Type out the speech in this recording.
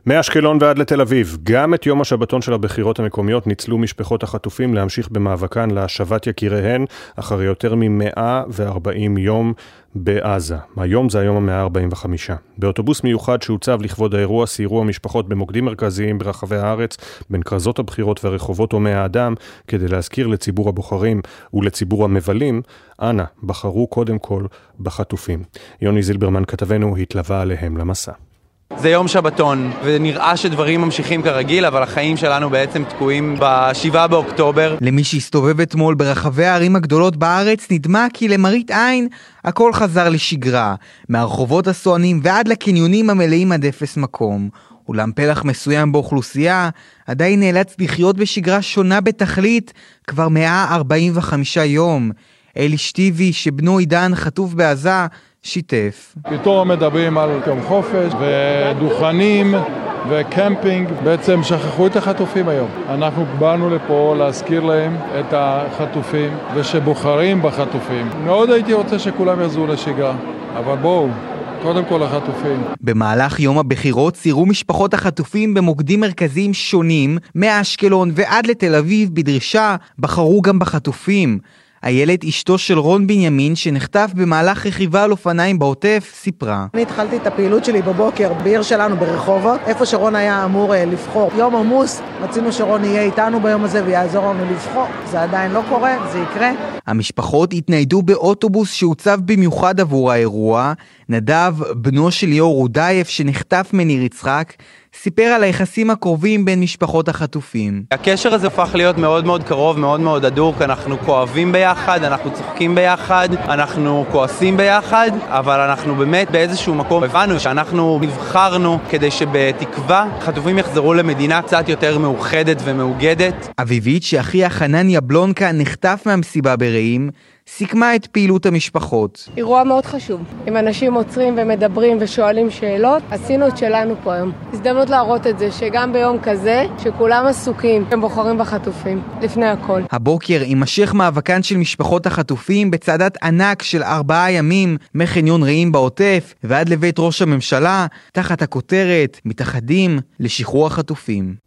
מאשקלון ועד לתל אביב, גם את יום השבתון של הבחירות המקומיות ניצלו משפחות החטופים להמשיך במאבקן להשבת יקיריהן אחרי יותר מ-140 יום בעזה. היום זה היום ה-145. באוטובוס מיוחד שהוצב לכבוד האירוע סיירו המשפחות במוקדים מרכזיים ברחבי הארץ, בין כרזות הבחירות והרחובות הומי האדם, כדי להזכיר לציבור הבוחרים ולציבור המבלים, אנא, בחרו קודם כל בחטופים. יוני זילברמן כתבנו התלווה עליהם למסע. זה יום שבתון, ונראה שדברים ממשיכים כרגיל, אבל החיים שלנו בעצם תקועים ב7 באוקטובר. למי שהסתובב אתמול ברחבי הערים הגדולות בארץ, נדמה כי למראית עין הכל חזר לשגרה, מהרחובות הסוענים ועד לקניונים המלאים עד אפס מקום. אולם פלח מסוים באוכלוסייה עדיין נאלץ לחיות בשגרה שונה בתכלית כבר 145 יום. אלי שטיבי, שבנו עידן חטוף בעזה, שיתף. פתאום מדברים על יום חופש ודוכנים וקמפינג, בעצם שכחו את החטופים היום. אנחנו באנו לפה להזכיר להם את החטופים ושבוחרים בחטופים. מאוד הייתי רוצה שכולם יחזרו לשגרה, אבל בואו, קודם כל החטופים. במהלך יום הבחירות סיירו משפחות החטופים במוקדים מרכזיים שונים, מאשקלון ועד לתל אביב בדרישה, בחרו גם בחטופים. איילת, אשתו של רון בנימין, שנחטף במהלך רכיבה על אופניים בעוטף, סיפרה. אני התחלתי את הפעילות שלי בבוקר בעיר שלנו ברחובות, איפה שרון היה אמור לבחור. יום עמוס, רצינו שרון יהיה איתנו ביום הזה ויעזור לנו לבחור. זה עדיין לא קורה, זה יקרה. המשפחות התניידו באוטובוס שהוצב במיוחד עבור האירוע. נדב, בנו של ליאור רודאייב, שנחטף מניר יצחק, סיפר על היחסים הקרובים בין משפחות החטופים. הקשר הזה הפך להיות מאוד מאוד קרוב, מאוד מאוד הדוק. אנחנו כואבים ביחד, אנחנו צוחקים ביחד, אנחנו כועסים ביחד, אבל אנחנו באמת באיזשהו מקום הבנו שאנחנו נבחרנו כדי שבתקווה חטופים יחזרו למדינה קצת יותר מאוחדת ומאוגדת. אביבית, שאחיה חנניה בלונקה נחטף מהמסיבה ברעים, סיכמה את פעילות המשפחות. אירוע מאוד חשוב. אם אנשים עוצרים ומדברים ושואלים שאלות, עשינו את שלנו פה היום. הזדמנות להראות את זה שגם ביום כזה, שכולם עסוקים, הם בוחרים בחטופים, לפני הכל. הבוקר יימשך מאבקן של משפחות החטופים בצעדת ענק של 4 ימים, מחניון רעים בעוטף ועד לבית ראש הממשלה, תחת הכותרת מתאחדים לשחרור החטופים.